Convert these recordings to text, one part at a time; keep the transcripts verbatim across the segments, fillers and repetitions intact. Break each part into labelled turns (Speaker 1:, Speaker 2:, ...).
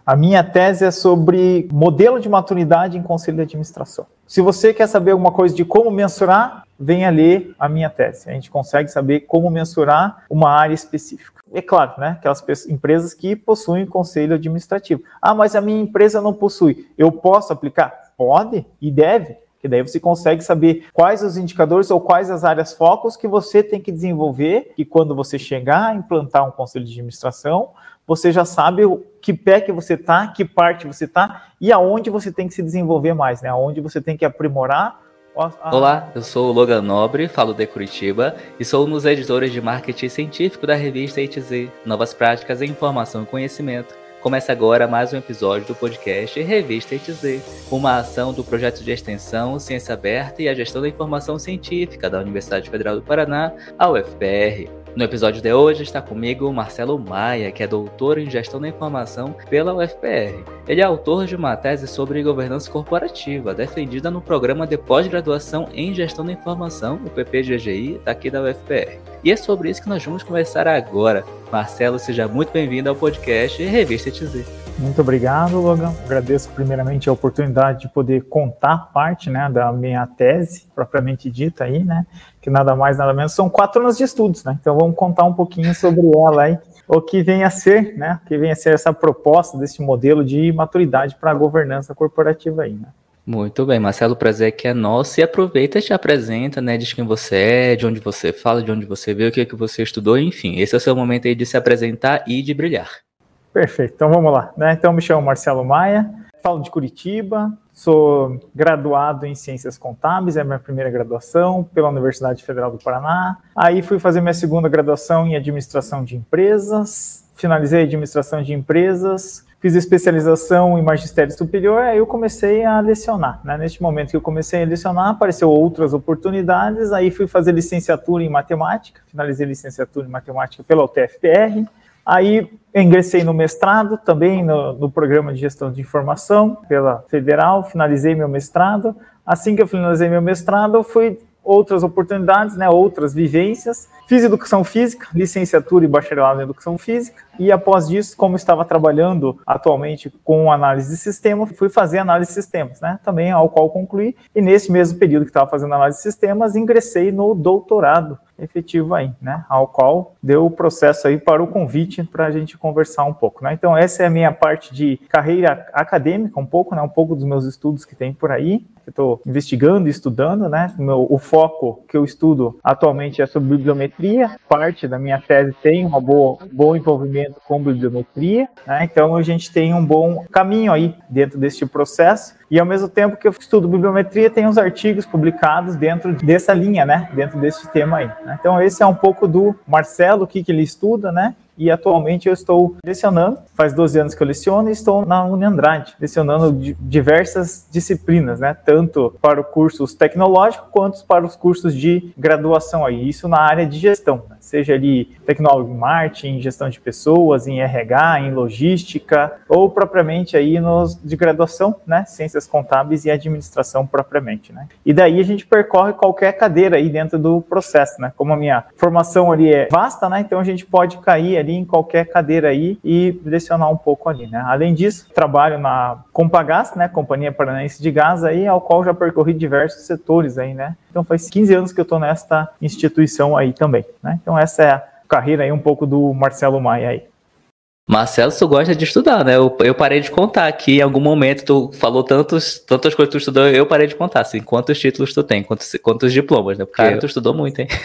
Speaker 1: A minha tese é sobre modelo de maturidade em conselho de administração. Se você quer saber alguma coisa de como mensurar, venha ler a minha tese. A gente consegue saber como mensurar uma área específica. É claro, né? Aquelas empresas que possuem conselho administrativo. Ah, mas a minha empresa não possui. Eu posso aplicar? Pode e deve. Que daí você consegue saber quais os indicadores ou quais as áreas focos que você tem que desenvolver, e quando você chegar a implantar um conselho de administração, você já sabe que pé que você está, que parte você está e aonde você tem que se desenvolver mais, né? Aonde você tem que aprimorar. A...
Speaker 2: Olá, eu sou o Logan Nobre, falo de Curitiba e sou um dos editores de marketing científico da revista I T Z, Novas Práticas em Informação e Conhecimento. Começa agora mais um episódio do podcast Revista I T Z, uma ação do projeto de extensão Ciência Aberta e a Gestão da Informação Científica da Universidade Federal do Paraná, a U F P R. No episódio de hoje está comigo o Marcelo Maia, que é doutor em Gestão da Informação pela U F P R. Ele é autor de uma tese sobre governança corporativa, defendida no programa de pós-graduação em Gestão da Informação, o P P G G I, daqui da U F P R. E é sobre isso que nós vamos conversar agora. Marcelo, seja muito bem-vindo ao podcast Revista I T Z.
Speaker 1: Muito obrigado, Logan. Agradeço primeiramente a oportunidade de poder contar parte, né, da minha tese, propriamente dita aí, né, que nada mais, nada menos, são quatro anos de estudos, né, então vamos contar um pouquinho sobre ela aí, o que vem a ser, né, o que vem a ser essa proposta desse modelo de maturidade para a governança corporativa aí, né.
Speaker 2: Muito bem, Marcelo, o prazer que é nosso, e aproveita e te apresenta, né, diz quem você é, de onde você fala, de onde você veio, o que, é que você estudou, enfim, esse é o seu momento aí de se apresentar e de brilhar.
Speaker 1: Perfeito, então vamos lá, né? Então me chamo Marcelo Maia, falo de Curitiba, sou graduado em Ciências Contábeis, é a minha primeira graduação pela Universidade Federal do Paraná. Aí fui fazer minha segunda graduação em Administração de Empresas, finalizei a Administração de Empresas, fiz especialização em Magistério Superior, aí eu comecei a lecionar, né? Neste momento que eu comecei a lecionar, apareceu outras oportunidades, aí fui fazer licenciatura em Matemática, finalizei licenciatura em Matemática pela U T F P R. Aí ingressei no mestrado, também no, no programa de gestão de informação pela Federal, finalizei meu mestrado. Assim que eu finalizei meu mestrado, eu fui outras oportunidades, né, outras vivências. Fiz educação física, licenciatura e bacharelado em educação física. E após isso, como estava trabalhando atualmente com análise de sistemas, fui fazer análise de sistemas, né, também ao qual concluí. E nesse mesmo período que estava fazendo análise de sistemas, ingressei no doutorado efetivo aí, né, ao qual deu o processo aí para o convite para a gente conversar um pouco, né. Então essa é a minha parte de carreira acadêmica, um pouco, né, um pouco dos meus estudos que tem por aí, que eu estou investigando e estudando, né. O, meu, o foco que eu estudo atualmente é sobre bibliometria, parte da minha tese tem um bom envolvimento com bibliometria, né, então a gente tem um bom caminho aí dentro deste processo. E ao mesmo tempo que eu estudo bibliometria, tem uns artigos publicados dentro dessa linha, né, dentro desse tema aí, né? Então esse é um pouco do Marcelo, o que, que ele estuda, né? E atualmente eu estou lecionando, faz doze anos que eu leciono e estou na Uniandrade, lecionando diversas disciplinas, né? Tanto para os cursos tecnológicos quanto para os cursos de graduação aí, isso na área de gestão, né? Seja ali tecnólogo em marketing, gestão de pessoas, em R H, em logística, ou propriamente aí nos de graduação, né? Ciências contábeis e administração propriamente, né? E daí a gente percorre qualquer cadeira aí dentro do processo, né? Como a minha formação ali é vasta, né? Então a gente pode cair ali em qualquer cadeira aí e lecionar um pouco ali, né? Além disso, trabalho na Compagás, né? Companhia Paranaense de Gás aí, ao qual já percorri diversos setores aí, né? Então faz quinze anos que eu estou nesta instituição aí também, né? Então essa é a carreira aí um pouco do Marcelo Maia aí.
Speaker 2: Marcelo, tu gosta de estudar, né? Eu, eu parei de contar aqui, em algum momento tu falou tantos, tantas coisas que tu estudou, eu parei de contar, assim, quantos títulos tu tem, quantos, quantos diplomas, né? Porque Cara, tu estudou muito, hein?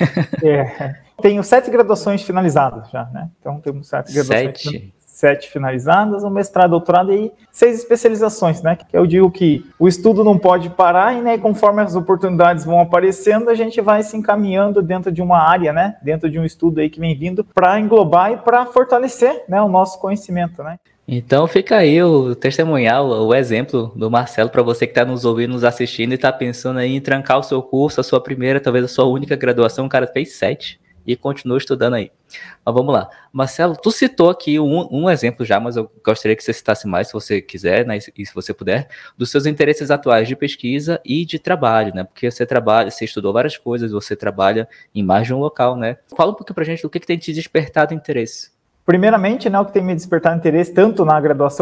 Speaker 1: É, tenho sete graduações finalizadas já, né? Então temos sete graduações.
Speaker 2: Sete?
Speaker 1: Sete finalizadas, um mestrado, doutorado e seis especializações, né? Que eu digo que o estudo não pode parar e, né, conforme as oportunidades vão aparecendo, a gente vai se encaminhando dentro de uma área, né? Dentro de um estudo aí que vem vindo para englobar e para fortalecer, né, o nosso conhecimento, né?
Speaker 2: Então fica aí o testemunhal, o exemplo do Marcelo para você que está nos ouvindo, nos assistindo e está pensando aí em trancar o seu curso, a sua primeira, talvez a sua única graduação. O cara fez sete e continua estudando aí. Mas vamos lá. Marcelo, tu citou aqui um, um exemplo já, mas eu gostaria que você citasse mais, se você quiser, né, e se você puder, dos seus interesses atuais de pesquisa e de trabalho, né? Porque você trabalha, você estudou várias coisas, você trabalha em mais de um local, né? Fala um pouquinho pra gente do que, que tem te despertado interesse.
Speaker 1: Primeiramente, né, o que tem me despertado interesse, tanto na graduação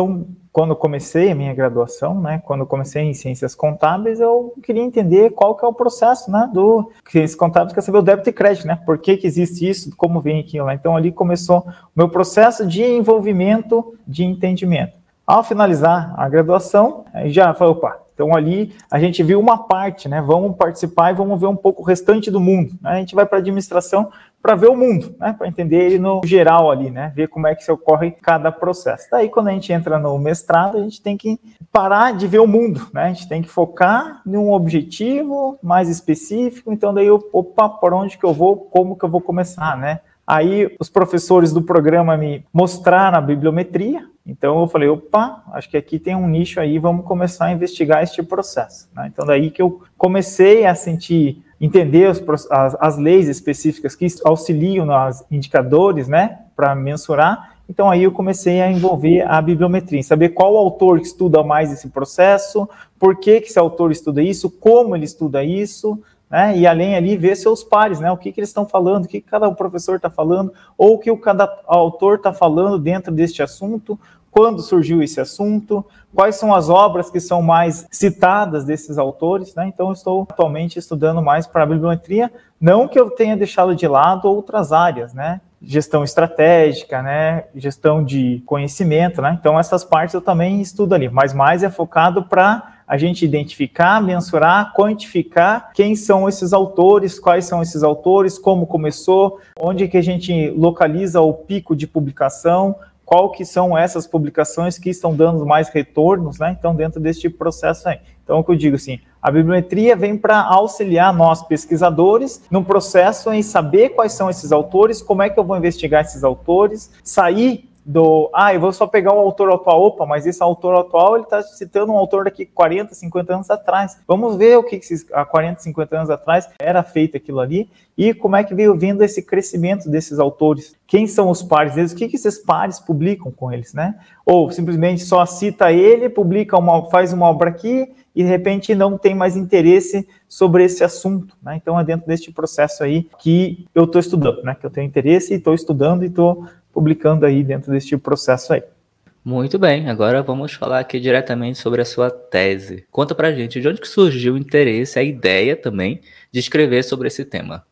Speaker 1: quando comecei a minha graduação, né, quando comecei em Ciências Contábeis, eu queria entender qual que é o processo, né, do Ciências Contábeis, quer saber o débito e crédito, né, por que que existe isso, como vem aquilo lá. Então, ali começou o meu processo de envolvimento, de entendimento. Ao finalizar a graduação, já falei, opa, então ali a gente viu uma parte, né, vamos participar e vamos ver um pouco o restante do mundo, né, a gente vai para a administração para ver o mundo, né, para entender ele no geral ali, né, ver como é que se ocorre cada processo. Daí, quando a gente entra no mestrado, a gente tem que parar de ver o mundo, né, a gente tem que focar em um objetivo mais específico, então daí, eu, opa, por onde que eu vou, como que eu vou começar, né. Aí, os professores do programa me mostraram a bibliometria, então eu falei, opa, acho que aqui tem um nicho aí, vamos começar a investigar este processo, né? Então daí que eu comecei a sentir, entender os, as, as leis específicas que auxiliam nos indicadores, né, para mensurar. Então aí eu comecei a envolver a bibliometria, saber qual autor estuda mais esse processo, por que que esse autor estuda isso, como ele estuda isso, né, e além ali ver seus pares, né, o que que eles estão falando, o que que cada professor está falando, ou o que o cada autor está falando dentro deste assunto, quando surgiu esse assunto, quais são as obras que são mais citadas desses autores, né? Então eu estou atualmente estudando mais para a bibliometria, não que eu tenha deixado de lado outras áreas, né? Gestão estratégica, né? Gestão de conhecimento, né? Então essas partes eu também estudo ali, mas mais é focado para a gente identificar, mensurar, quantificar quem são esses autores, quais são esses autores, como começou, onde que a gente localiza o pico de publicação, qual que são essas publicações que estão dando mais retornos, né? Então, dentro desse tipo de processo aí. Então, o que eu digo assim, a bibliometria vem para auxiliar nós, pesquisadores, no processo em saber quais são esses autores, como é que eu vou investigar esses autores, sair do, ah, eu vou só pegar o autor atual, opa, mas esse autor atual, ele está citando um autor daqui quarenta, cinquenta anos atrás. Vamos ver o que, que há quarenta, cinquenta anos atrás era feito aquilo ali e como é que veio vindo esse crescimento desses autores. Quem são os pares deles? O que, que esses pares publicam com eles, né? Ou simplesmente só cita ele, publica uma, faz uma obra aqui e de repente não tem mais interesse sobre esse assunto, né? Então é dentro deste processo aí que eu estou estudando, né? Que eu tenho interesse e estou estudando e estou publicando aí dentro deste processo aí.
Speaker 2: Muito bem, agora vamos falar aqui diretamente sobre a sua tese. Conta pra gente de onde que surgiu o interesse, a ideia também de escrever sobre esse tema.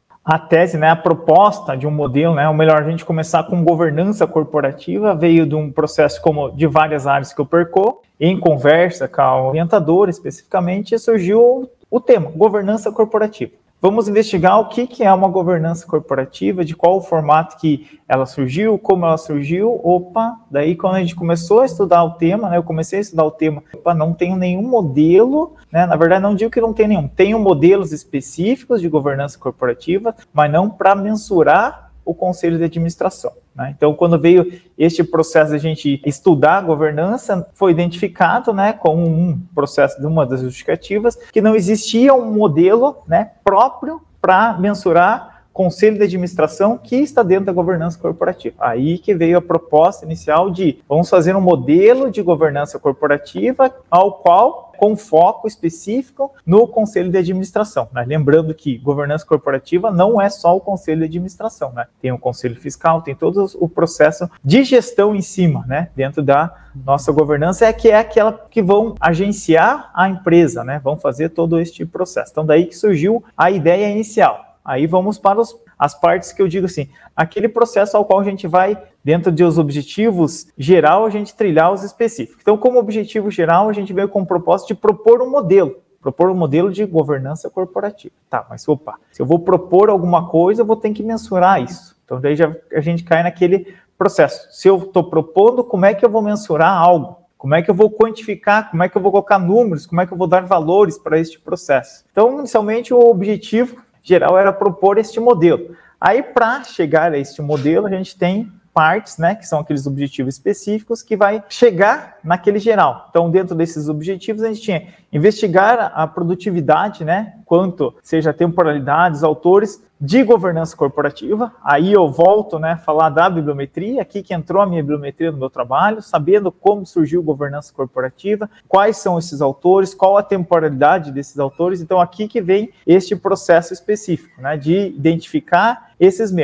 Speaker 1: A tese, né, a proposta de um modelo, né, ou melhor, a gente começar com governança corporativa, veio de um processo como de várias áreas que eu percorro, em conversa com a orientadora especificamente, surgiu o tema, governança corporativa. Vamos investigar o que, que é uma governança corporativa, de qual o formato que ela surgiu, como ela surgiu. Opa, daí quando a gente começou a estudar o tema, né, eu comecei a estudar o tema, opa, não tenho nenhum modelo, né, na verdade não digo que não tem nenhum, tenho modelos específicos de governança corporativa, mas não para mensurar o conselho de administração, né? Então, quando veio este processo de a gente estudar a governança, foi identificado, né, como um processo de uma das justificativas, que não existia um modelo, né, próprio para mensurar conselho de administração que está dentro da governança corporativa. Aí que veio a proposta inicial de vamos fazer um modelo de governança corporativa ao qual com foco específico no conselho de administração, né? Lembrando que governança corporativa não é só o conselho de administração, né? Tem o conselho fiscal, tem todo o processo de gestão em cima, né? Dentro da nossa governança, é que é aquela que vão agenciar a empresa, né? Vão fazer todo este processo. Então, daí que surgiu a ideia inicial. Aí vamos para os, as partes que eu digo assim, aquele processo ao qual a gente vai, dentro dos objetivos geral, a gente trilhar os específicos. Então, como objetivo geral, a gente veio com o propósito de propor um modelo, propor um modelo de governança corporativa. Tá, mas opa, se eu vou propor alguma coisa, eu vou ter que mensurar isso. Então, daí já, a gente cai naquele processo. Se eu estou propondo, como é que eu vou mensurar algo? Como é que eu vou quantificar? Como é que eu vou colocar números? Como é que eu vou dar valores para este processo? Então, inicialmente, o objetivo geral era propor este modelo. Aí, para chegar a este modelo, a gente tem partes, né, que são aqueles objetivos específicos, que vai chegar naquele geral. Então, dentro desses objetivos, a gente tinha investigar a produtividade, né, quanto seja temporalidades, autores de governança corporativa. Aí eu volto, né, a falar da bibliometria, aqui que entrou a minha bibliometria no meu trabalho, sabendo como surgiu governança corporativa, quais são esses autores, qual a temporalidade desses autores. Então, aqui que vem este processo específico, né, de identificar esses membros.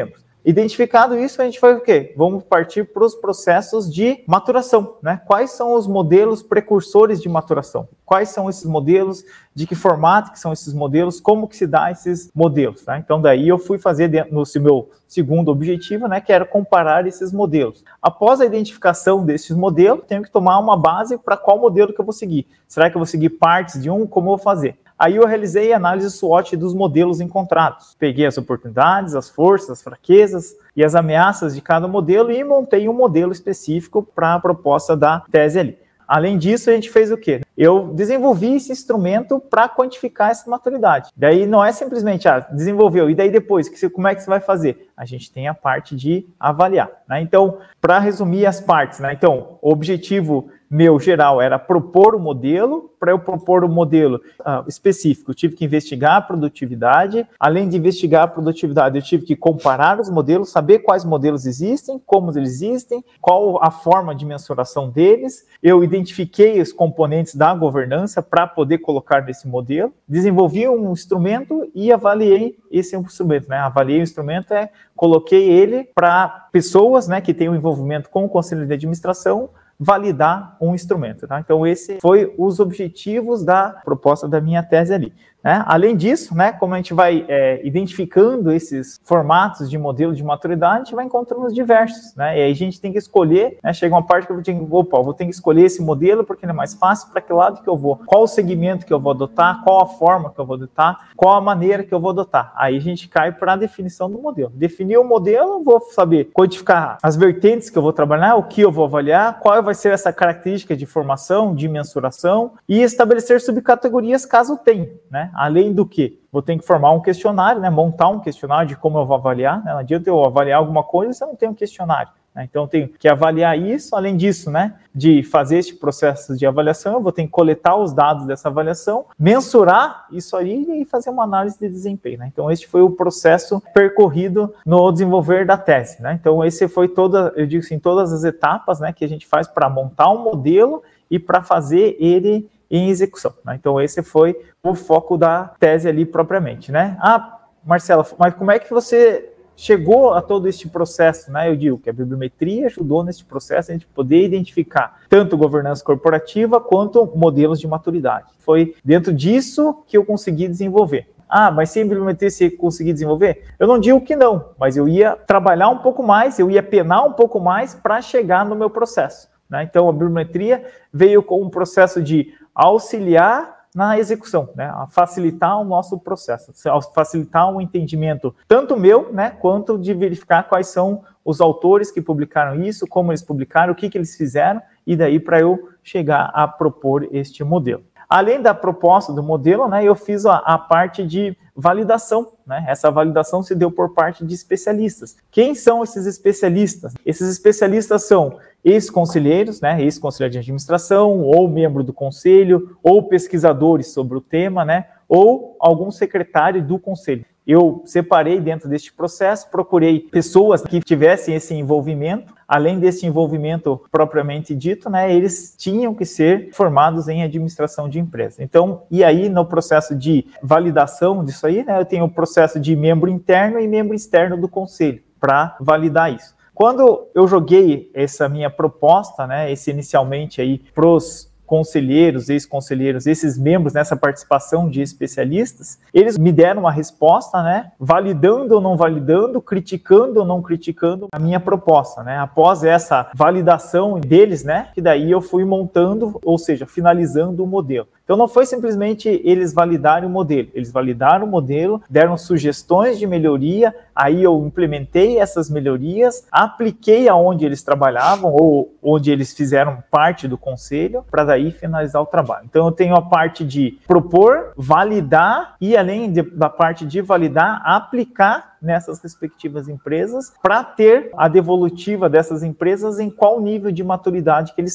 Speaker 1: Identificado isso, a gente foi o quê? Vamos partir para os processos de maturação, né? Quais são os modelos precursores de maturação? Quais são esses modelos? De que formato que são esses modelos? Como que se dá esses modelos? Tá? Então, daí eu fui fazer dentro, no meu segundo objetivo, né? Que era comparar esses modelos. Após a identificação desses modelos, tenho que tomar uma base para qual modelo que eu vou seguir. Será que eu vou seguir partes de um? Como eu vou fazer? Aí eu realizei a análise SWOT dos modelos encontrados. Peguei as oportunidades, as forças, as fraquezas e as ameaças de cada modelo e montei um modelo específico para a proposta da tese ali. Além disso, a gente fez o quê? Eu desenvolvi esse instrumento para quantificar essa maturidade. Daí não é simplesmente, ah, desenvolveu, e daí depois, que você, como é que você vai fazer? A gente tem a parte de avaliar, né? Então, para resumir as partes, né? Então, o objetivo meu geral era propor o modelo. Para eu propor o modelo uh, específico, eu tive que investigar a produtividade. Além de investigar a produtividade, eu tive que comparar os modelos, saber quais modelos existem, como eles existem, qual a forma de mensuração deles. Eu identifiquei os componentes da governança para poder colocar nesse modelo. Desenvolvi um instrumento e avaliei esse instrumento, né? Avaliei o instrumento, é, coloquei ele para pessoas, né, que têm um envolvimento com o conselho de administração, validar um instrumento, tá? Então, esse foi os objetivos da proposta da minha tese ali, né? Além disso, né, como a gente vai é, identificando esses formatos de modelo de maturidade, a gente vai encontrando os diversos, né? E aí a gente tem que escolher, né? Chega uma parte que eu vou ter que, opa, eu vou ter que escolher esse modelo porque ele é mais fácil, para que lado que eu vou, qual o segmento que eu vou adotar, qual a forma que eu vou adotar, qual a maneira que eu vou adotar. Aí a gente cai para a definição do modelo. Definir o modelo, eu vou saber quantificar as vertentes que eu vou trabalhar, o que eu vou avaliar, qual vai ser essa característica de formação, de mensuração e estabelecer subcategorias caso tenha, né? Além do que, vou ter que formar um questionário, né? Montar um questionário de como eu vou avaliar, né? Não adianta eu avaliar alguma coisa se eu não tenho um questionário, né? Então, eu tenho que avaliar isso. Além disso, né, de fazer este processo de avaliação, eu vou ter que coletar os dados dessa avaliação, mensurar isso aí e fazer uma análise de desempenho, né? Então, este foi o processo percorrido no desenvolver da tese, né? Então, esse foi toda, eu digo assim, todas as etapas, né, que a gente faz para montar um modelo e para fazer ele em execução, né? Então, esse foi o foco da tese ali propriamente, né? Ah, Marcela, mas como é que você chegou a todo este processo, né? Eu digo que a bibliometria ajudou nesse processo a gente poder identificar tanto governança corporativa quanto modelos de maturidade. Foi dentro disso que eu consegui desenvolver. Ah, mas sem bibliometria você conseguir desenvolver? Eu não digo que não, mas eu ia trabalhar um pouco mais, eu ia penar um pouco mais para chegar no meu processo, né? Então, a bibliometria veio com um processo de auxiliar na execução, né, a facilitar o nosso processo, a facilitar o entendimento, tanto meu, né, quanto de verificar quais são os autores que publicaram isso, como eles publicaram, o que, que eles fizeram, e daí para eu chegar a propor este modelo. Além da proposta do modelo, né, eu fiz a, a parte de validação, né? Essa validação se deu por parte de especialistas. Quem são esses especialistas? Esses especialistas são ex-conselheiros, né, ex-conselheiro de administração, ou membro do conselho, ou pesquisadores sobre o tema, né, ou algum secretário do conselho. Eu separei dentro deste processo, procurei pessoas que tivessem esse envolvimento. Além desse envolvimento propriamente dito, né, eles tinham que ser formados em administração de empresa. Então, e aí no processo de validação disso aí, né, eu tenho o processo de membro interno e membro externo do conselho para validar isso. Quando eu joguei essa minha proposta, né, esse inicialmente aí para os conselheiros, ex-conselheiros, esses membros nessa participação de especialistas, eles me deram uma resposta, né, validando ou não validando, criticando ou não criticando a minha proposta, né? Após essa validação deles, né, que daí eu fui montando, ou seja, finalizando o modelo. Então não foi simplesmente eles validarem o modelo, eles validaram o modelo, deram sugestões de melhoria, aí eu implementei essas melhorias, apliquei aonde eles trabalhavam ou onde eles fizeram parte do conselho, para daí finalizar o trabalho. Então eu tenho a parte de propor, validar e além de, da parte de validar, aplicar nessas respectivas empresas para ter a devolutiva dessas empresas em qual nível de maturidade que eles estão.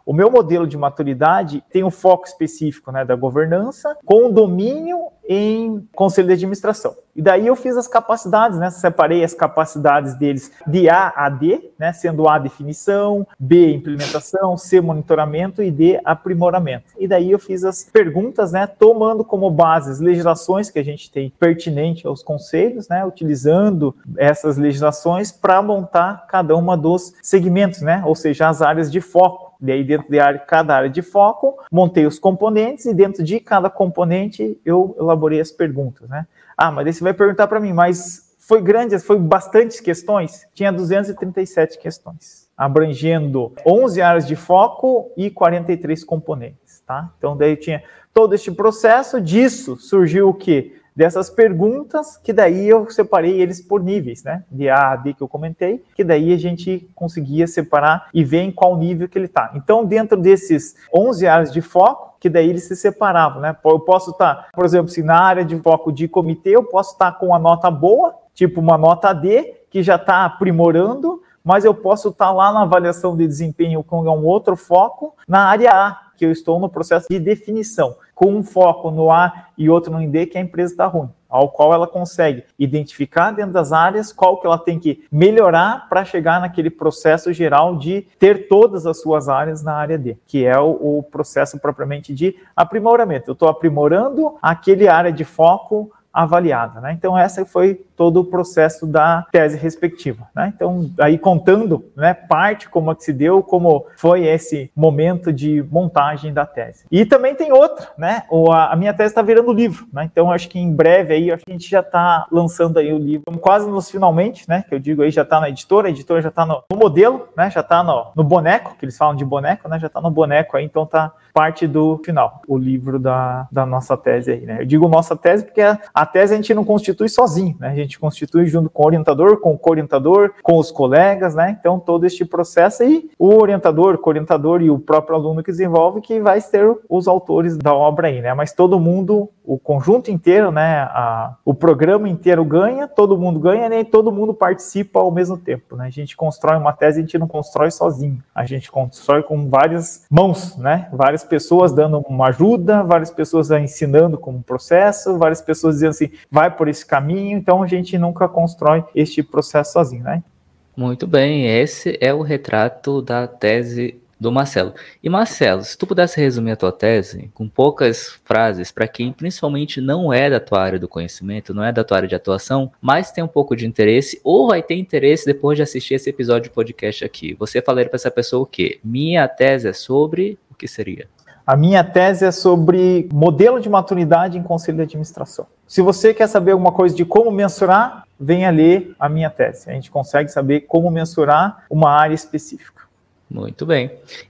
Speaker 1: o meu modelo de maturidade tem um foco específico, né, da governança, com domínio em conselho de administração. E daí eu fiz as capacidades, né, separei as capacidades deles de A a D, né, sendo A definição, B implementação, C monitoramento e D aprimoramento. E daí eu fiz as perguntas, né, tomando como base as legislações que a gente tem pertinente aos conselhos, né, utilizando essas legislações para montar cada uma dos segmentos, né, ou seja, as áreas de foco. E aí, dentro de área, cada área de foco, montei os componentes e dentro de cada componente eu elaborei as perguntas, né? Ah, mas daí você vai perguntar para mim, mas foi grande, foi bastantes questões? Tinha duzentas e trinta e sete questões, abrangendo onze áreas de foco e quarenta e três componentes, tá? Então, daí tinha todo este processo, disso surgiu o quê? Dessas perguntas, que daí eu separei eles por níveis, né? De A a D que eu comentei, que daí a gente conseguia separar e ver em qual nível que ele está. Então, dentro desses onze áreas de foco, que daí eles se separavam, né? Eu posso estar, por exemplo, se na área de foco de comitê, eu posso estar com uma nota boa, tipo uma nota D, que já está aprimorando, mas eu posso estar lá na avaliação de desempenho com um outro foco na área A, que eu estou no processo de definição, com um foco no A e outro no D, que a empresa está ruim, ao qual ela consegue identificar dentro das áreas qual que ela tem que melhorar para chegar naquele processo geral de ter todas as suas áreas na área D, que é o, o processo propriamente de aprimoramento. Eu estou aprimorando aquele área de foco avaliada, né? Então, esse foi todo o processo da tese respectiva, né? Então, aí contando, né, parte como é que se deu, como foi esse momento de montagem da tese. E também tem outra, né? O, a, a minha tese está virando livro, né? Então, acho que em breve aí, acho que a gente já está lançando aí o livro, quase nos finalmente, né? Que eu digo aí, já está na editora, a editora já está no, no modelo, né? Já está no, no boneco, que eles falam de boneco, né? Já está no boneco aí, então tá parte do final, o livro da, da nossa tese aí, né? Eu digo nossa tese porque a, a tese a gente não constitui sozinho, né? A gente constitui junto com o orientador, com o co-orientador, com os colegas, né? Então, todo este processo aí, o orientador, co-orientador e o próprio aluno que desenvolve, que vai ser os autores da obra aí, né? Mas todo mundo, o conjunto inteiro, né? A, o programa inteiro ganha, todo mundo ganha, né? E todo mundo participa ao mesmo tempo, né? A gente constrói uma tese, a gente não constrói sozinho. A gente constrói com várias mãos, né? Várias pessoas dando uma ajuda, várias pessoas ensinando como processo, várias pessoas dizendo assim, vai por esse caminho, então a gente nunca constrói este processo sozinho, né?
Speaker 2: Muito bem, esse é o retrato da tese do Marcelo. E Marcelo, se tu pudesse resumir a tua tese com poucas frases para quem principalmente não é da tua área do conhecimento, não é da tua área de atuação, mas tem um pouco de interesse ou vai ter interesse depois de assistir esse episódio de podcast aqui, você falaria para essa pessoa o quê? Minha tese é sobre o que seria?
Speaker 1: A minha tese é sobre modelo de maturidade em conselho de administração. Se você quer saber alguma coisa de como mensurar, venha ler a minha tese. A gente consegue saber como mensurar uma área específica.
Speaker 2: Muito bem.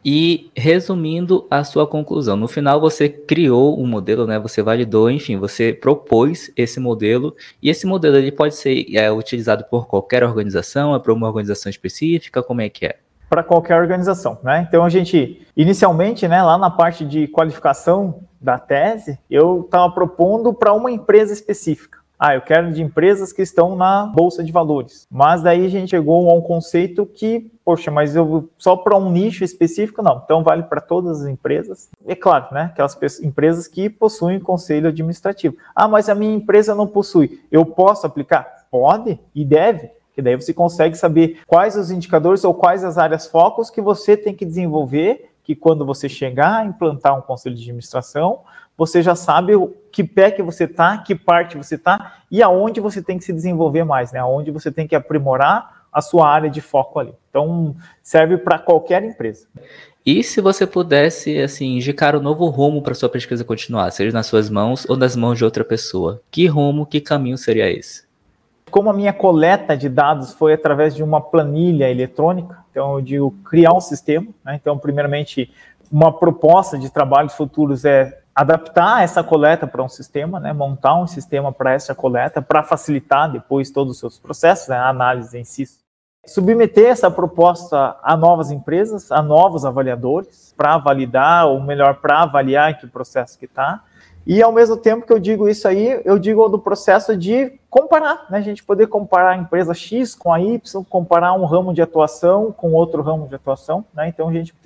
Speaker 2: E resumindo a sua conclusão, no final você criou um modelo, né? Você validou, enfim, você propôs esse modelo e esse modelo ele pode ser é, utilizado por qualquer organização, é para uma organização específica, como é que é?
Speaker 1: Para qualquer organização, né? Então a gente, inicialmente, né, lá na parte de qualificação da tese, eu estava propondo para uma empresa específica. Ah, eu quero de empresas que estão na Bolsa de Valores. Mas daí a gente chegou a um conceito que, poxa, mas eu só para um nicho específico, não. Então vale para todas as empresas. É claro, né? Aquelas empresas que possuem conselho administrativo. Ah, mas a minha empresa não possui. Eu posso aplicar? Pode e deve. Que daí você consegue saber quais os indicadores ou quais as áreas focos que você tem que desenvolver, que quando você chegar a implantar um conselho de administração, você já sabe que pé que você está, que parte você está e aonde você tem que se desenvolver mais, né? Aonde você tem que aprimorar a sua área de foco ali. Então, serve para qualquer empresa.
Speaker 2: E se você pudesse, assim, indicar um novo rumo para sua pesquisa continuar, seja nas suas mãos ou nas mãos de outra pessoa, que rumo, que caminho seria esse?
Speaker 1: Como a minha coleta de dados foi através de uma planilha eletrônica, então eu digo criar um sistema, né? Então, primeiramente, uma proposta de trabalhos futuros é adaptar essa coleta para um sistema, né? Montar um sistema para essa coleta, para facilitar depois todos os seus processos, né? A análise em si. Submeter essa proposta a novas empresas, a novos avaliadores, para validar, ou melhor, para avaliar em que processo que está. E, ao mesmo tempo que eu digo isso aí, eu digo do processo de comparar, né? A gente poder comparar a empresa X com a Y, comparar um ramo de atuação com outro ramo de atuação, né? Então, a gente tem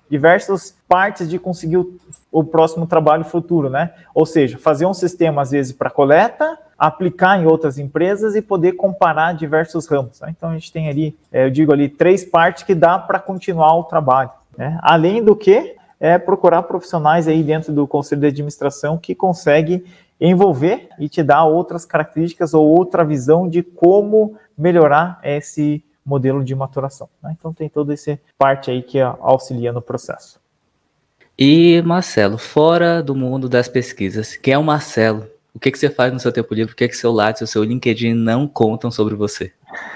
Speaker 1: diversas partes de conseguir o, o próximo trabalho futuro, né? Ou seja, fazer um sistema, às vezes, para coleta, aplicar em outras empresas e poder comparar diversos ramos, né? Então, a gente tem ali, eu digo ali, três partes que dá para continuar o trabalho, né? Além do que, é procurar profissionais aí dentro do Conselho de Administração que consegue envolver e te dar outras características ou outra visão de como melhorar esse modelo de maturação, né? Então tem toda essa parte aí que auxilia no processo.
Speaker 2: E Marcelo, fora do mundo das pesquisas, quem é o Marcelo? O que, que você faz no seu tempo livre? O que, que seu Lattes e o seu LinkedIn não contam sobre você?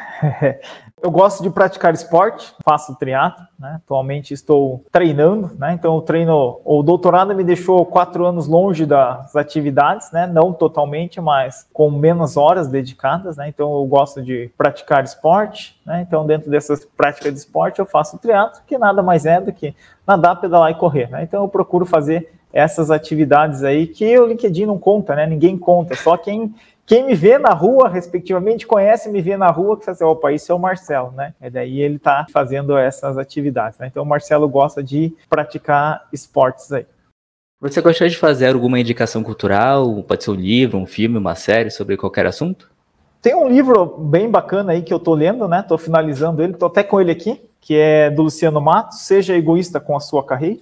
Speaker 1: Eu gosto de praticar esporte, faço triatlo, né? Atualmente estou treinando, né? Então o treino, o doutorado me deixou quatro anos longe das atividades, né? Não totalmente, mas com menos horas dedicadas, né? Então eu gosto de praticar esporte, né? Então dentro dessas práticas de esporte eu faço triatlo, que nada mais é do que nadar, pedalar e correr, né? Então eu procuro fazer essas atividades aí que o LinkedIn não conta, né? Ninguém conta, só quem Quem me vê na rua, respectivamente, conhece, me vê na rua, que fala assim, opa, isso é o Marcelo, né? E daí ele está fazendo essas atividades, né? Então o Marcelo gosta de praticar esportes aí.
Speaker 2: Você gostaria de fazer alguma indicação cultural? Pode ser um livro, um filme, uma série sobre qualquer assunto?
Speaker 1: Tem um livro bem bacana aí que eu estou lendo, né? Estou finalizando ele, estou até com ele aqui, que é do Luciano Matos, Seja Egoísta com a Sua Carreira.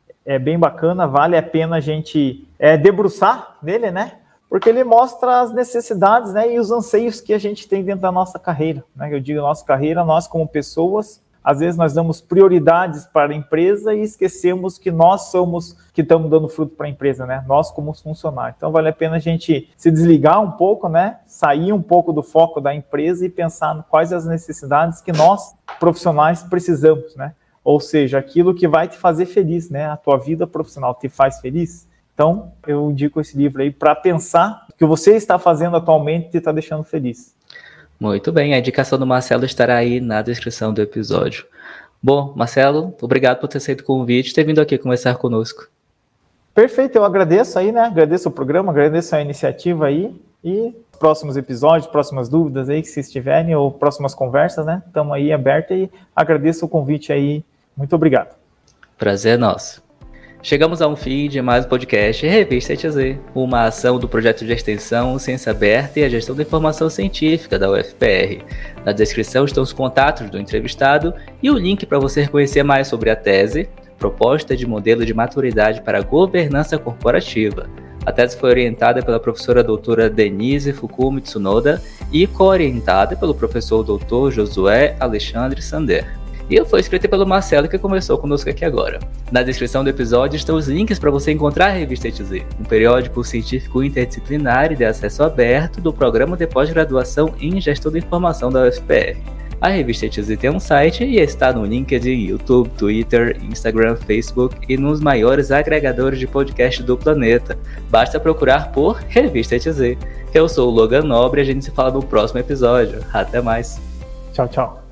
Speaker 1: É bem bacana, vale a pena a gente é, debruçar nele, né? Porque ele mostra as necessidades, né, e os anseios que a gente tem dentro da nossa carreira, né? Eu digo nossa carreira, nós como pessoas, às vezes nós damos prioridades para a empresa e esquecemos que nós somos que estamos dando fruto para a empresa, né? Nós como funcionários. Então vale a pena a gente se desligar um pouco, né? Sair um pouco do foco da empresa e pensar em quais as necessidades que nós profissionais precisamos, né? Ou seja, aquilo que vai te fazer feliz, né? A tua vida profissional te faz feliz. Então, eu indico esse livro aí para pensar o que você está fazendo atualmente e te está deixando feliz.
Speaker 2: Muito bem, a indicação do Marcelo estará aí na descrição do episódio. Bom, Marcelo, obrigado por ter aceito o convite e ter vindo aqui conversar conosco.
Speaker 1: Perfeito, eu agradeço aí, né? Agradeço o programa, agradeço a iniciativa aí e próximos episódios, próximas dúvidas aí que se estiverem ou próximas conversas, né? Estamos aí abertos e agradeço o convite aí. Muito obrigado.
Speaker 2: Prazer é nosso. Chegamos a um fim de mais um podcast Revista E T Z, uma ação do projeto de extensão Ciência Aberta e a Gestão da Informação Científica da U F P R. Na descrição estão os contatos do entrevistado e o link para você conhecer mais sobre a tese, Proposta de Modelo de Maturidade para a Governança Corporativa. A tese foi orientada pela professora doutora Denise Fukumi Tsunoda e co-orientada pelo professor doutor Josué Alexandre Sander. E foi escrita pelo Marcelo, que conversou conosco aqui agora. Na descrição do episódio estão os links para você encontrar a Revista E T Z, um periódico científico interdisciplinar e de acesso aberto do Programa de Pós-Graduação em Gestão da Informação da U F P R. A Revista E T Z tem um site e está no LinkedIn, YouTube, Twitter, Instagram, Facebook e nos maiores agregadores de podcast do planeta. Basta procurar por Revista E T Z. Eu sou o Logan Nobre e a gente se fala no próximo episódio. Até mais.
Speaker 1: Tchau, tchau.